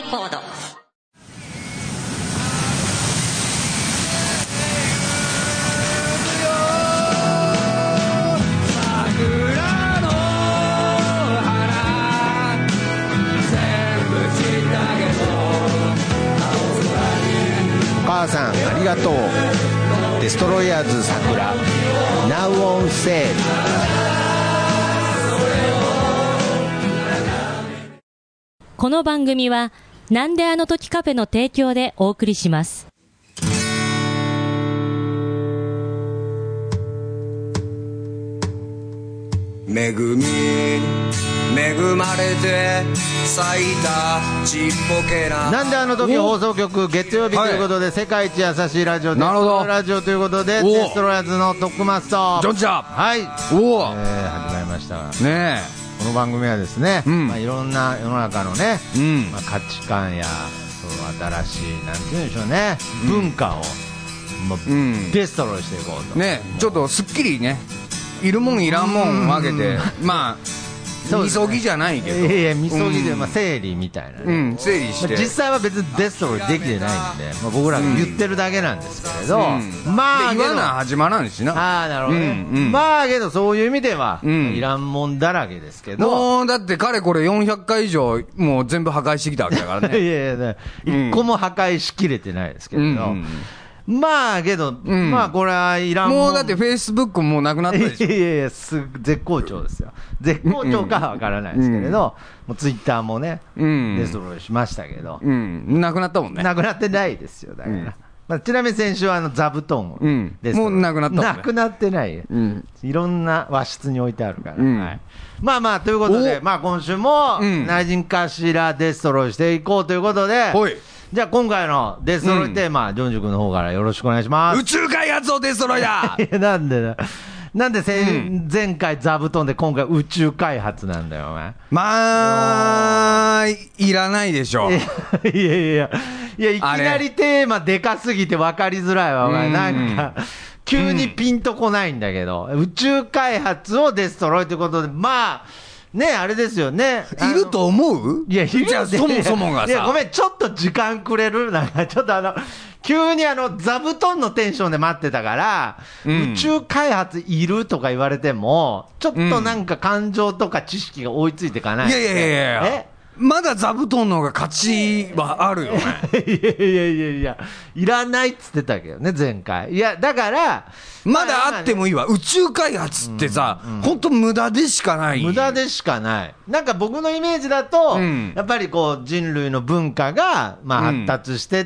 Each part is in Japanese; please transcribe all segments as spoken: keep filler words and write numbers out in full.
コード。 お母さんありがとう。デストロイヤーズ桜 Now on sale。 この番組はなんであの時カフェの提供でお送りします。 恵み恵まれて咲いたちっぽけな。 なんであの時放送局月曜日ということで、はい、世界一優しいラジオデストロイラジオということで、デストロイヤーズのトックマスタージョンちゃん、 はい、お、 えー、始まりましたね。えこの番組はですね、うん、まあ、いろんな世の中のね、うん、まあ、価値観やその新しいなんていうんでしょうね、うん、文化を、まあ、うん、デストロイしていこうとね。ちょっとすっきりね、いるもんいらんもん分けて、まあみそぎじゃないけど、 いやいやみそぎで、まあ、整理みたいな、ね、 うん、整理して、 まあ、実際は別にデストロイできてないんで、まあ、僕らが言ってるだけなんですけれど、うん、まあ言わな始まらんしな。 ああ、なるほどね、うんうん、まあけどそういう意味では、うん、いらんもんだらけですけど、 もうだって彼これよんひゃっかい以上もう全部破壊してきたわけだからね。 いやいや、一個も破壊しきれてないですけれど、うんうん、まあけど、うん、まあこれはいらんもん。 もうだってフェイスブックもうなくなったでしょ。 いやいやいや、す絶好調ですよ。絶好調かは分からないですけれど、うん、もうツイッターもね、うん、デストロイしましたけど、うん、 なくなったもんね。 なくなってないですよ、だから、うん、まあ、ちなみに先週はあの座布団を、うん、 もうなくなったもんね。 なくなってない、うん、いろんな和室に置いてあるから、うん、はい、まあまあということで、まあ、今週も何人かしらデストロイしていこうということで、うん、じゃあ今回のデストロイテーマ、うん、ジョンジュ君の方からよろしくお願いします。 宇宙開発をデストロイだ。 いや、なんでだなんでせ、うん、前回座布団で今回宇宙開発なんだよお前。 まあいらないでしょ。いやいやいやいや、いきなりテーマでかすぎて分かりづらいわお前、うん、なんか急にピンとこないんだけど、うん、宇宙開発をデストロイということで、まあね、あれですよね。 いると思う？ いや、いるじゃあそもそもがさ。 いや、ごめん、ちょっと時間くれる？なんかちょっとあの急にあの座布団のテンションで待ってたから、うん、宇宙開発いるとか言われてもちょっとなんか感情とか知識が追いついていかない、 うん、いやいやいやいや、えまだ座布団の方が価値はあるよね。 いやいやいやいや、いらないっつってたけどね前回。いやだからまだあってもいいわ、宇宙開発ってさ、うんうん、本当無駄でしかない。 無駄でしかない。なんか僕のイメージだと、うん、やっぱりこう人類の文化がまあ発達してって、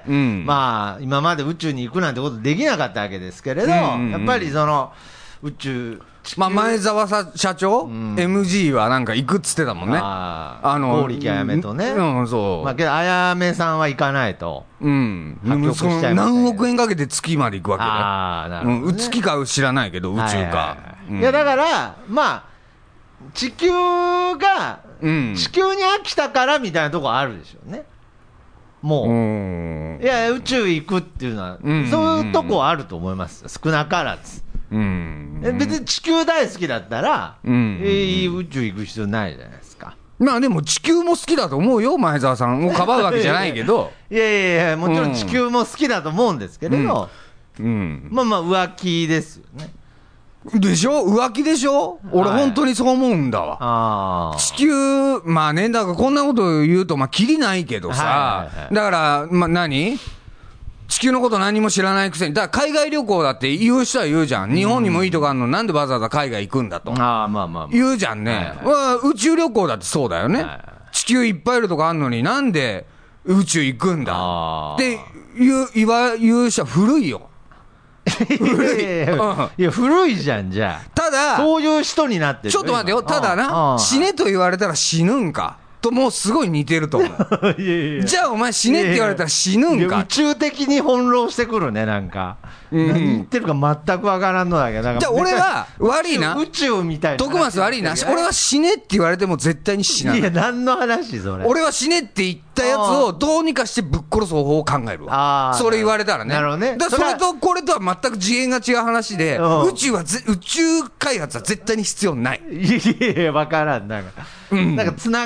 うん、まあ今まで宇宙に行くなんてことできなかったわけですけれど、うんうんうん、やっぱりその宇宙、 まあ、前澤さ社長、うん、エムジー はなんか行くっつってたもんね。ああの剛力あやめとね、 うん、そう、 まあ、けどあやめさんは行かないと、 うん、何億円かけて月まで行くわけね。 ああ、なるほどね、 うん、月か知らないけど宇宙か、はいはいはい、うん、いやだからまあ地球が、うん、地球に飽きたからみたいなとこあるでしょうね。もう、うん、いや宇宙行くっていうのは、うん、そういうとこあると思いますよ、少なからず。うん、別に地球大好きだったら、うん、えー、宇宙行く必要ないじゃないですか。 まあでも地球も好きだと思うよ、前澤さんをかばうわけじゃないけど。 いやいやいや、もちろん地球も好きだと思うんですけれど、うんうん、まあまあ浮気ですよね。 でしょ、浮気でしょ、俺本当にそう思うんだわ。あ、地球、まあね、だからこんなこと言うとまあキリないけどさ、はいはいはい、だからまあ何地球のこと何も知らないくせに、だから海外旅行だって言う人は言うじゃん、日本にもいいとこあるの、なんでわざわざ海外行くんだと、あ、まあまあまあ、言うじゃんね、はいはい、宇宙旅行だってそうだよね、はいはい、地球いっぱいいるとこあるのになんで宇宙行くんだって言う、言わ言う人は古いよ。 古い、いやいやいや、いや古いじゃん。じゃあただそういう人になってる。 ちょっと待ってよ、ただな、死ねと言われたら死ぬんかともうすごい似てると思う。いやいや、じゃあお前死ねって言われたら死ぬんか。いやいや、 宇宙的に翻弄してくるね、なんか、うん、何言ってるか全くわからんのだけど、なんかじゃあ俺は悪いな、 宇宙みたいな、 徳松悪いな、俺は死ねって言われても絶対に死なない。 いや、何の話それ。 俺は死ねって言ったやつをどうにかしてぶっ殺す方法を考えるわ。それ言われたらね。 なるほどね。 だからそれとこれとは全く次元が違う話で、宇宙はぜ宇宙開発は絶対に必要ない。 いやいや、わからん、なんか、うん、なんかつながった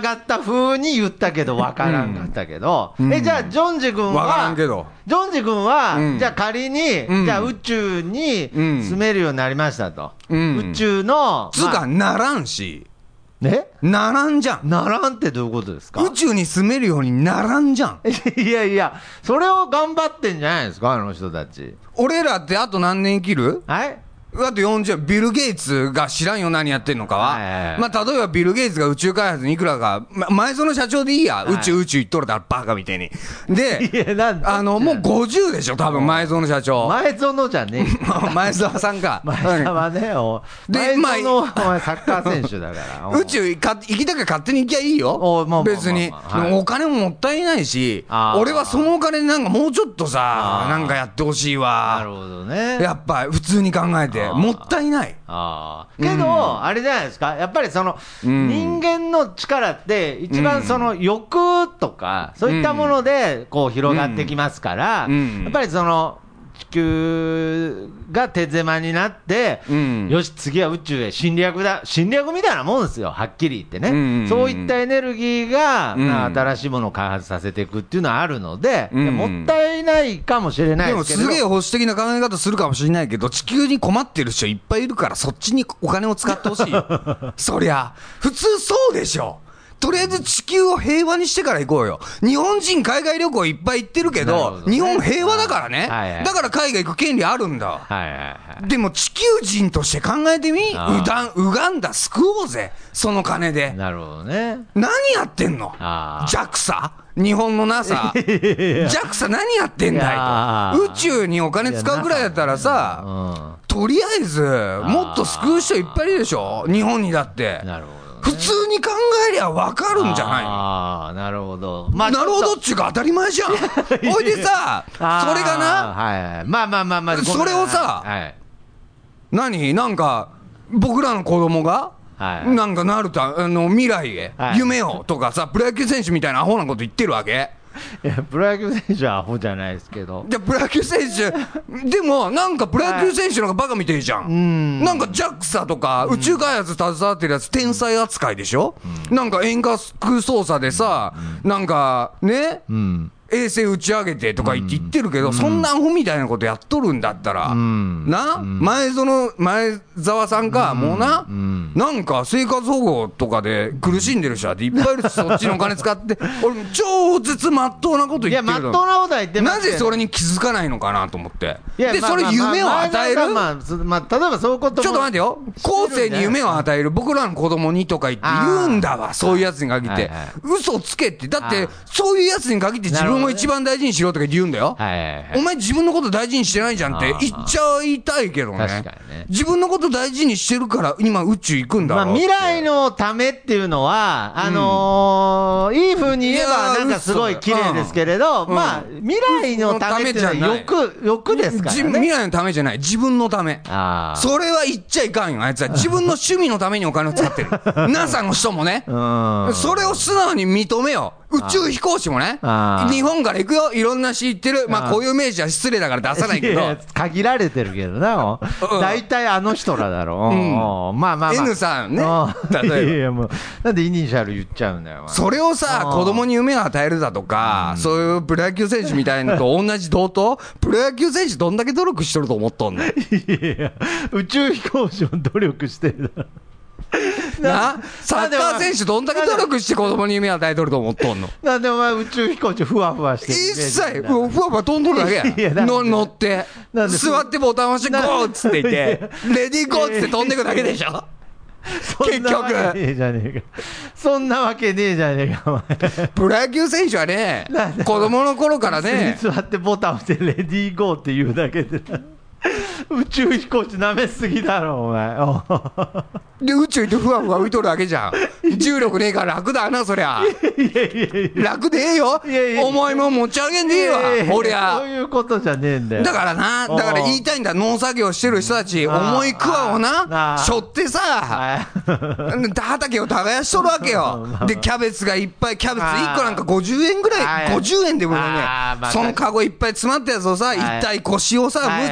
風に言ったけど分からんかったけど、うん、えじゃあジョンジ君は分からんけどジョンジ君は、うん、じゃあ仮に、 うん、 じゃあ宇宙に住めるようになりましたと、うん、宇宙のつうか、まあ、ならんしね、 ならんじゃん。 ならんってどういうことですか？ 宇宙に住めるようにならんじゃん。 いやいや、それを頑張ってんじゃないですか、あの人たち。 俺らってあと何年生きる？ はい。 あとよんじゅう、ビル・ゲイツが知らんよ何やってんのかは、はいはいはい、まあ例えばビル・ゲイツが宇宙開発にいくらか、ま、前園社長でいいや、はい、宇宙宇宙言っとるだろバカみたいにで、いやなんあのもうごじゅうでしょ多分前園社長。 前園じゃねえ前澤さんか。 前澤ねおで前園はサッカー選手だから宇宙か行きたから勝手に行きゃいいよ、まあ、別に、はい、お金ももったいないし、俺はそのお金なんかもうちょっとさなんかやってほしいわ。 なるほどね。 やっぱ普通に考えてもったいない。 あけど、うん、あれじゃないですか、やっぱりその、うん、人間の力って、一番その欲とか、うん、そういったものでこう広がってきますから、うん、やっぱりその地球が手狭になって、うん、よし、次は宇宙へ侵略だ、侵略みたいなもんですよ、はっきり言ってね、うんうんうん、そういったエネルギーが、うん、新しいものを開発させていくっていうのはあるので、うんうん、もったいないかもしれないですけど、 でもすげえ保守的な考え方するかもしれないけど、地球に困ってる人いっぱいいるから、そっちにお金を使ってほしいよ、そりゃ、普通そうでしょ。とりあえず地球を平和にしてから行こうよ。日本人海外旅行いっぱい行ってるけど、どね、日本平和だからね、はいはい、だから海外行く権利あるんだ、はいはいはい、でも地球人として考えてみ、ウダンウガンダ救おうぜその金で。 なるほどね。 何やってんの ジャクサ 日本の ナサ ジャクサ 何やってんだいと。宇宙にお金使うくらいだったらさ、うん、とりあえずもっと救う人いっぱいいるでしょ日本にだって。なるほど。普通に考えりゃ分かるんじゃないの。 ああ、なるほど。 まあ、なるほどっちゅうか当たり前じゃん。ほいでさ、それがな、 はいはい、まあまあまあまあ、 それをさ、はい、何なんか、僕らの子供が、はい、なんかなると、あの未来へ、はい、夢をとかさ、プロ野球選手みたいなアホなこと言ってるわけ。 いやプロ野球選手はアホじゃないですけど。 じゃプロ野球選手でもなんかプロ野球選手の方がバカみてえじゃん、はい、んなんか ジャクサ とか宇宙開発携わってるやつ天才扱いでしょ、うん、なんか遠隔操作でさ、うん、なんかね、うん衛星打ち上げてとか言って言ってるけど、うん、そんなアホみたいなことやっとるんだったら、うん、な、うん、前園前澤さんか、うん、もうな、うん、なんか生活保護とかで苦しんでる人だっていっぱいいるし、そっちのお金使って俺超絶まっとうなこと言ってるの。いやまっとうなことは言ってますけど、 なぜそれに気づかないのかなと思って。でそれ夢を与える、まあまあ、例えばそういうこともちょっと待ってよ、後世に夢を与える僕らの子供にとか言って言うんだわ、そういうやつに限って、はいはい、嘘つけって。だってそういうやつに限って自分を一番大事にしろとか言うんだよ、はいはいはい、お前自分のこと大事にしてないじゃんって言っちゃいたいけど ね, 確かにね自分のこと大事にしてるから今宇宙行くんだろう、 まあ、未来のためっていうのはあのーうん、いい風に言えばなんかすごい綺麗ですけれど、うん、まあ未来のためっていうのは欲、欲ですからね。 未来のためじゃない、自分のため。あそれは言っちゃいかんよ。あいつは自分の趣味のためにお金を使ってるナサ の人もね、うんそれを素直に認めよう。宇宙飛行士もね、日本から行くよ、いろんな知ってる、まあこういう名詞は失礼だから出さないけど、いや限られてるけどな、大体あの人らだろう、うん、まあまあまあ N さんね、 例えばいやいやもうなんでイニシャル言っちゃうんだよ、まあ、 それをさ子供に夢を与えるだとか、うん、そういうプロ野球選手みたいなと同じ同等プロ野球選手どんだけ努力しとると思っとんの。いやいや宇宙飛行士も努力してるだろなサッカー選手どんだけ努力して子供に夢与えとると思っとんの。 なんでお前宇宙飛行士ふわふわしてる一切ふわふわ飛んどるだけやの乗って座ってボタン押してゴーっつって言ってレディーゴーっつって飛んでくだけでしょ結局そんなわけねえじゃねえかお前。 プロ野球選手はね子供の頃からね座ってボタン押してレディーゴーって言うだけで宇宙飛行士なめすぎだろお前。 で宇宙行ってふわふわ浮いとるわけじゃん。重力ねえから楽だなそりゃ。いやいやいや楽でええよ。いやいや重いもん持ち上げんでええわ。いやいやほりゃそういうことじゃねえんだよ。 だからなだから言いたいんだ、農作業してる人たち重いクワをなしょってさ畑を耕しとるわけよ。でキャベツがいっぱい、キャベツいっこなんかごじゅうえんぐらい、ごじゅうえんでもねそのカゴいっぱい詰まったやつをさ一体腰をさムチ打ってさ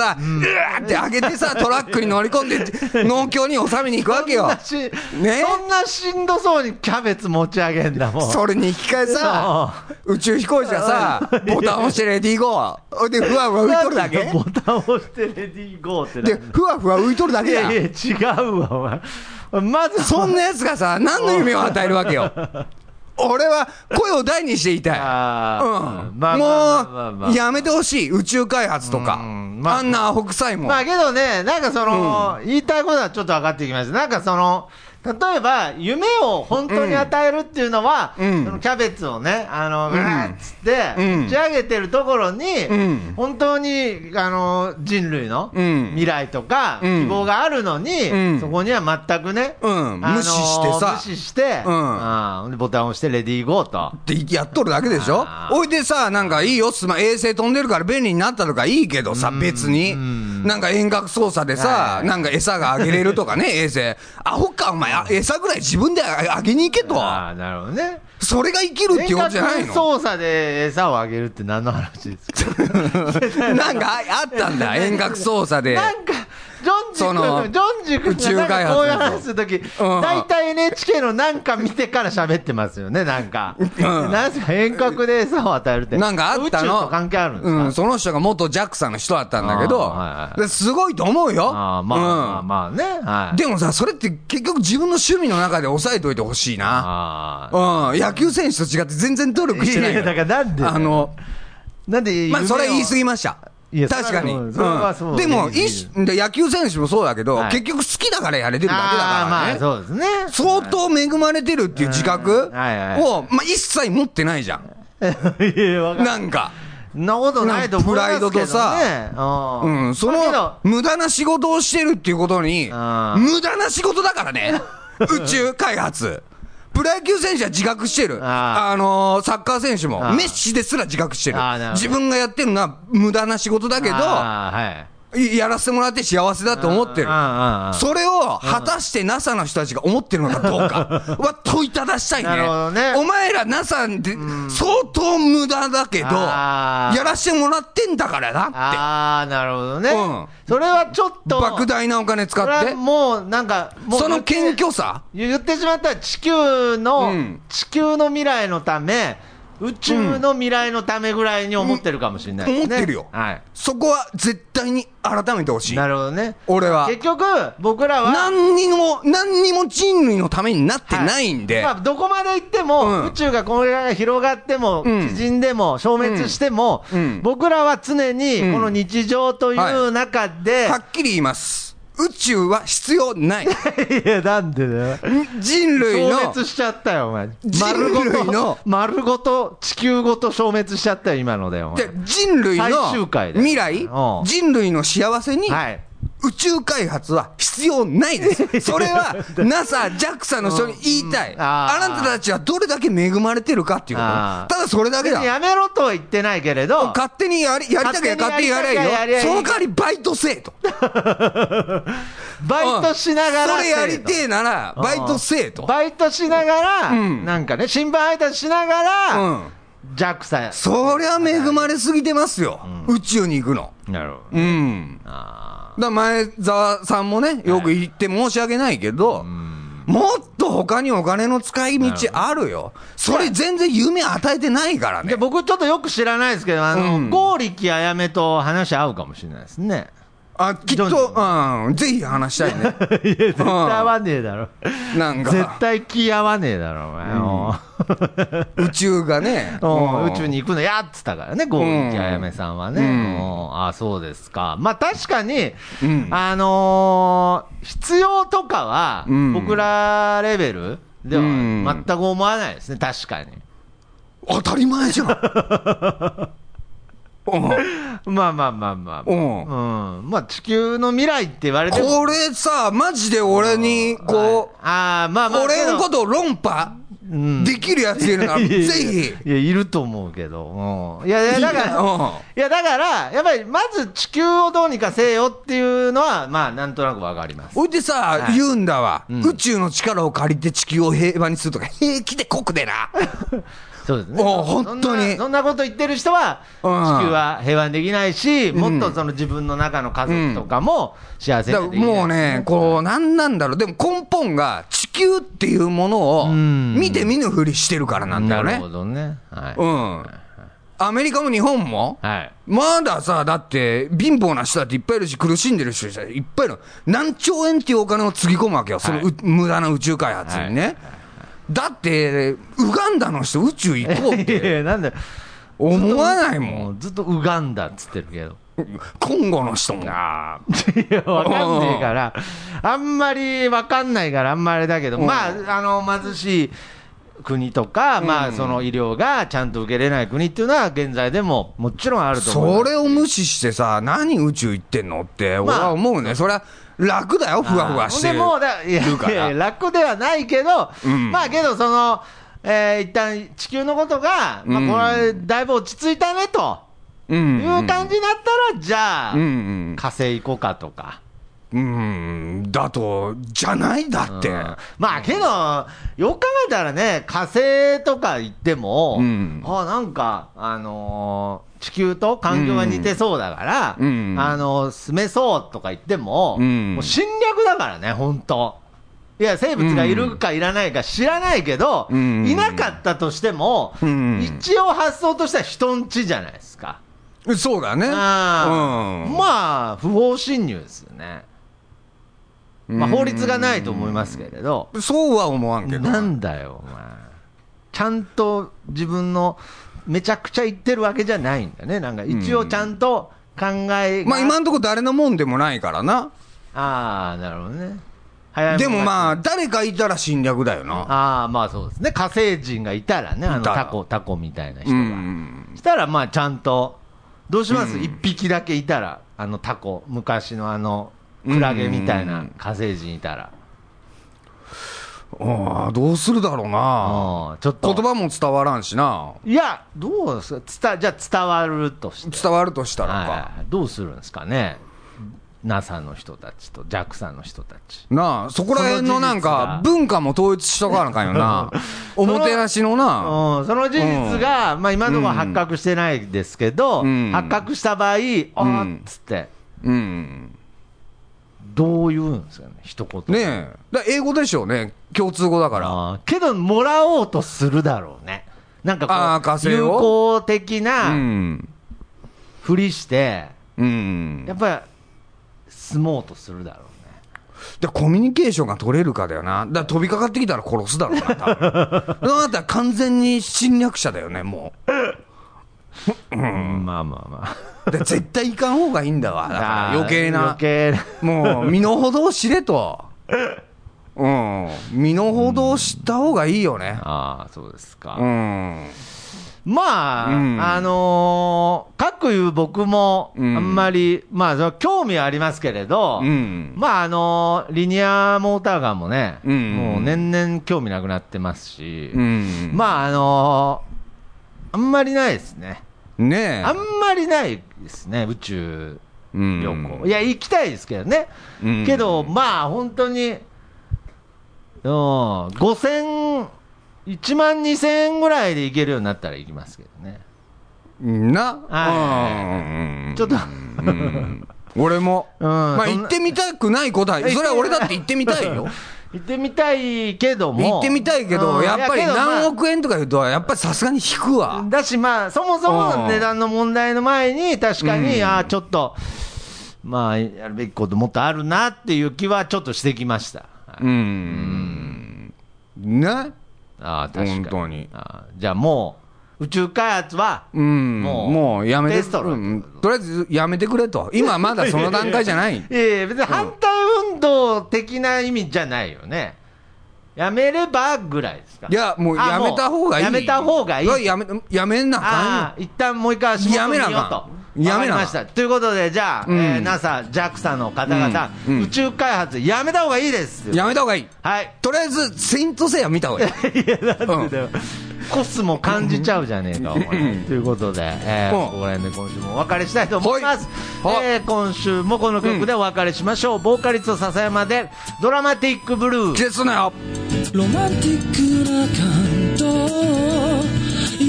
さ、うわーって上げてさ、トラックに乗り込んで農協に納めに行くわけよ。 そんなし、ね、そんなしんどそうにキャベツ持ち上げんだもん。 それに引き換えさ、宇宙飛行士がさ、ボタン押してレディーゴーでふわふわ浮いとるだけ。 ボタン押してレディーゴーってでふわふわ浮いとるだけだ。 いやいや違うわお前。まずそんなやつがさ、何の夢を与えるわけよ。俺は声を大にして言いたい。あ、うん、まあ、もうやめてほしい、宇宙開発とか、うんまあ、あんなアホ臭いもん。 まあけどね、なんかその、うん、言いたいことはちょっと分かってきました。なんかその例えば夢を本当に与えるっていうのは、うん、そのキャベツをね、あのうわっつって打ち上げてるところに、うん、本当にあの人類の未来とか希望があるのに、うん、そこには全くね、うん、無視してさ、無視して、うん、あボタンを押してレディーゴーとってやっとるだけでしょ。おいでさ、なんかいいよ、スマ衛星飛んでるから便利になったとかいいけどさ、別になんか遠隔操作でさ、なんか餌があげれるとかね、衛星アホかお前、餌ぐらい自分であげに行けと。 ああ、なるほどね。 それが生きるっていうことじゃないの。 遠隔操作で餌をあげるって何の話ですか。 なんかあったんだ、遠隔操作で。 なんかジョンジ君、ジョンジ君がなんかこういう話するとき、大体 エヌエイチケー のなんか見てから喋ってますよね、なんか。うん、なんすか、遠隔で餌を与えるって。 なんかあったの。 宇宙と関係あるんですか。 うん、その人が元 ジャクサ の人だったんだけど、はいはい、すごいと思うよ。 あまあ、うん、まあまあね、はい。 でもさ、それって結局自分の趣味の中で抑えといてほしいな。あうん、野球選手と違って全然努力してない。いや、 だからなんであの、 なんでまあ、それ言い過ぎました。確かに、うん、でも一野球選手もそうだけど、はい、結局好きだからやれてるだけだからね。 まあそうですね、 相当恵まれてるっていう自覚を、はいはいまあ、一切持ってないじゃん。いやいやなんかそんなことないと思いますけどね。プライドとさ、 うん、その無駄な仕事をしてるっていうことに、無駄な仕事だからね。宇宙開発プロ野球選手は自覚してる。あ、あのー、サッカー選手もメッシですら自覚してる。自分がやってるのは無駄な仕事だけど、はい、やらせてもらって幸せだと思ってる。それを果たして ナサ の人たちが思ってるのかどうかは問いただしたいね。なるほどね。お前ら ナサ って相当無駄だけどやらせてもらってんだからなって。 ああ、なるほどね、うん、それはちょっと莫大なお金使って、 もうなんかもうその謙虚さ言ってしまったら地球の、うん、地球の未来のため宇宙の未来のためぐらいに思ってるかもしれないですね、 うん、思ってるよ、はい、そこは絶対に改めてほしい。 なるほどね。 俺は結局僕らは何にも何にも人類のためになってないんで、はい、 まあ、どこまで行っても、うん、宇宙がこれが広がっても、うん、縮んでも消滅しても、うんうん、僕らは常にこの日常という中で、 はい、はっきり言います、宇宙は必要ない。いや、なんでだよ。 人類の消滅しちゃったよお前。丸ごと丸ごと地球ごと消滅しちゃったよ今のでお前。 人類の未来、人類の幸せに、はい、宇宙開発は必要ないです。それは ナサ、ジャクサ の人に言いたい、うん、あ, あなたたちはどれだけ恵まれてるかっていうこと。ただそれだけだ。 やめろとは言ってないけれど、 勝手にやりやりたきゃ勝手にやりゃいいよ。その代わりバイトせえと。 バイトしながら、 うん、それやりてえならバイトせえと。 バイトしながら、うん、なんかね、新聞配達しながら、うん、ジャクサ や。 そりゃ恵まれすぎてますよ、うん、宇宙に行くの。 なるほど、うん、あだ前澤さんもね、よく言って申し訳ないけど、はい、もっと他にお金の使い道あるよ。それ全然夢与えてないからね。 で僕ちょっとよく知らないですけど、あの、うん、剛力あやめと話合うかもしれないですね。 あ、きっと、うん、ぜひ話したいね。いや、 絶対合わねえだろ。 なんか絶対気合わねえだろお前、 うん、宇宙がね、 宇宙に行くのやっつったからね、剛力あやめさんはね、うん、あ、そうですか。まあ確かに、うん、あのー、必要とかは、僕らレベルでは全く思わないですね、確かに。 当たり前じゃん。 まあまあまあまあ、うん、うん、まあ地球の未来って言われてもこれさ、マジで俺にこう、 ああ、まあまあ、 俺のことを論破できるやついるなら、ぜひ。 いや、いると思うけど、うん、いやいや、だから、うん、いや、だから、やっぱりまず地球をどうにかせよっていうのは、まあ、なんとなくわかります。 ほいでさ、はい、言うんだわ、うん、宇宙の力を借りて地球を平和にするとか、平気で酷でな。 そうですね。 本当にそんなこと言ってる人は、地球は平和にできないし、うん、もっとその自分の中の家族とかも幸せにできない、 うん、もうね、こう、なんなんだろう、でも根本が地球っていうものを見て見ぬふりしてるからなんだよね。 なるほどね。はい。 うん。アメリカも日本も、はい、まださ、だって貧乏な人だっていっぱいいるし、苦しんでる人いっぱいいる。何兆円っていうお金をつぎ込むわけよ、その、はい、無駄な宇宙開発にね。はいだって、ウガンダの人、宇宙行こうって。いやいやなんで思わないもん。 ずっとウガンダっつってるけど。 コンゴの人も。あいや、わかんねえから、あんまりわかんないから、あんまりだけど、まあ、あの、貧しい国とか、まあ、その医療がちゃんと受けれない国っていうのは、現在でももちろんあると思う。 それを無視してさ、何宇宙行ってんのって、俺は思うね。それは楽だよ、ふわふわしてるから。 でもだいやいや楽ではないけど、うん、まあけどその、えー、一旦地球のことが、まあ、これだいぶ落ち着いたねと、うん、いう感じになったら、じゃあ、うんうん、火星行こうかとか。 うん、だと、じゃないだって。うん、 まあけど、よく考えたらね、火星とか行っても、うん、あなんか、あのー、地球と環境が似てそうだから、うん、あのー、住めそうとか言っても、うん、もう侵略だからね、本当。いや、生物がいるかいらないか知らないけど、うん、いなかったとしても、うん、一応発想としては人んちじゃないですか。 そうだね。 あうん、まあ、不法侵入ですよね。まあ、法律がないと思いますけれど、 そうは思わんけど、 なんだよ、お前、ちゃんと自分のめちゃくちゃ言ってるわけじゃないんだね、なんか一応ちゃんと考えが、 まあ、今のところ誰のもんでもないからな。 ああ、なるほどね。 でもまあ、誰かいたら侵略だよな。 ああ、まあそうですね、火星人がいたらね、あのタコ、タコみたいな人が、したら、まあちゃんと、どうします、一匹だけいたら、あのタコ、昔のあの、クラゲみたいな火星人いたら、 ああどうするだろうな、ちょっと言葉も伝わらんしな。 いや、どうですか、伝じゃあ伝わるとして、 伝わるとしたらか、 はい、どうするんですかね、NASA の人たちと ジャクサ の人たちなあ、そこら辺のなんか、文化も統一しとかなあかんよな、おもてなしのな、 うん、その事実が、うん、まあ、今のところ発覚してないですけど、うん、発覚した場合、あーっつって。うんうんどう言うんですかね、一言ねえ、だ英語でしょうね、共通語だから。 けど、もらおうとするだろうね、なんかこう、友好的なふりして、うん、やっぱり住もうとするだろうね。 でコミュニケーションが取れるかだよな、だから飛びかかってきたら殺すだろうな、多分そうなったら完全に侵略者だよね、もう。うん、まあまあまあ。で絶対行かん方がいいんだわ、だから余計な、余計もう身の程を知れと、うん、身の程を知った方がいいよね。 うん、ああ、そうですか。うん、まあ、うん、あのー、かくいう僕もあんまり、うん、まあ、興味はありますけれど、うん、まあ、あのー、リニアモーターガンもね、うん、もう年々興味なくなってますし、うん、まあ、あのー、あんまりないですね。ねえ、あんまりないですね、宇宙旅行、うん、いや、行きたいですけどね、うん、けど、まあ、本当に、うん、ごせん、いちまんにせんえんぐらいで行けるようになったら行きますけどね。 な、 はい、ちょっと、うん、俺も、うん、まあ、行ってみたくないことは、それは俺だって行ってみたいよ。 行ってみたいけども、 行ってみたいけど、うん、やっぱり何億円とか言うと、やっぱりさすがに引くわ。 だし、まあ、そもそも値段の問題の前に、確かに、うん、ああ、ちょっと、まあ、やるべきこともっとあるなっていう気はちょっとしてきました。うん。うん、 ね。 ああ、確かに。 本当に。 あじゃあもう、宇宙開発は、 うん、もう、もうやめて、うん、とりあえずやめてくれと、今まだその段階じゃない。いやいや、別に反対運動的な意味じゃないよね。やめればぐらいですか。 いや、もうやめた方がいい。 やめた方がいい。 やめ、やめんなあかんよ。一旦もう一回足元見ようと。やめなかん。やめました。ということで、じゃあ、うんえー、ナサ、ジャクサ の方々、うんうん、宇宙開発やめた方がいいです。 やめた方がいい。 はい。 とりあえず、セイントセイヤ見た方がいい。いや、 なんでだよ。うんコスも感じちゃうじゃねえか、お前ということで、えー、ここら辺で今週もお別れしたいと思います、えー、今週もこの曲でお別れしましょう、うん、ボーカリスト笹山でドラマティックブルー消すなよ。 ロマンティックな感動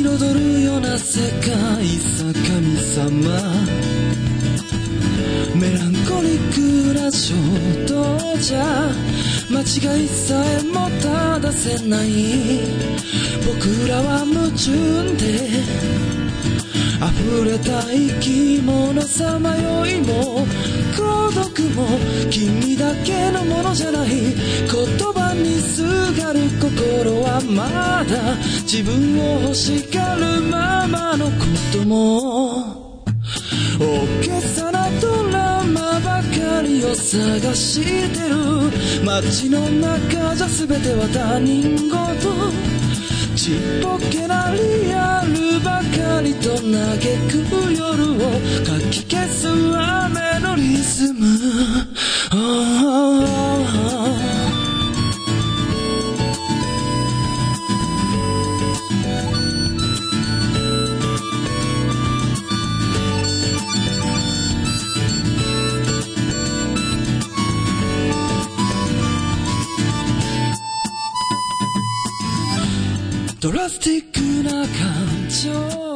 様、メランコリックな衝動じゃ間違いさえも正せない。僕らは矛盾で溢れた生き物さまよいも孤独も君だけのものじゃない。言葉にすがる心はまだ自分を欲しがるままのことも、大げさなドラマばかりを探してる。街の中じゃ全ては他人事、ちっぽけなリアルばかりと嘆く夜をかき消す雨のリズム、oh, oh, oh. ドラスティックな感情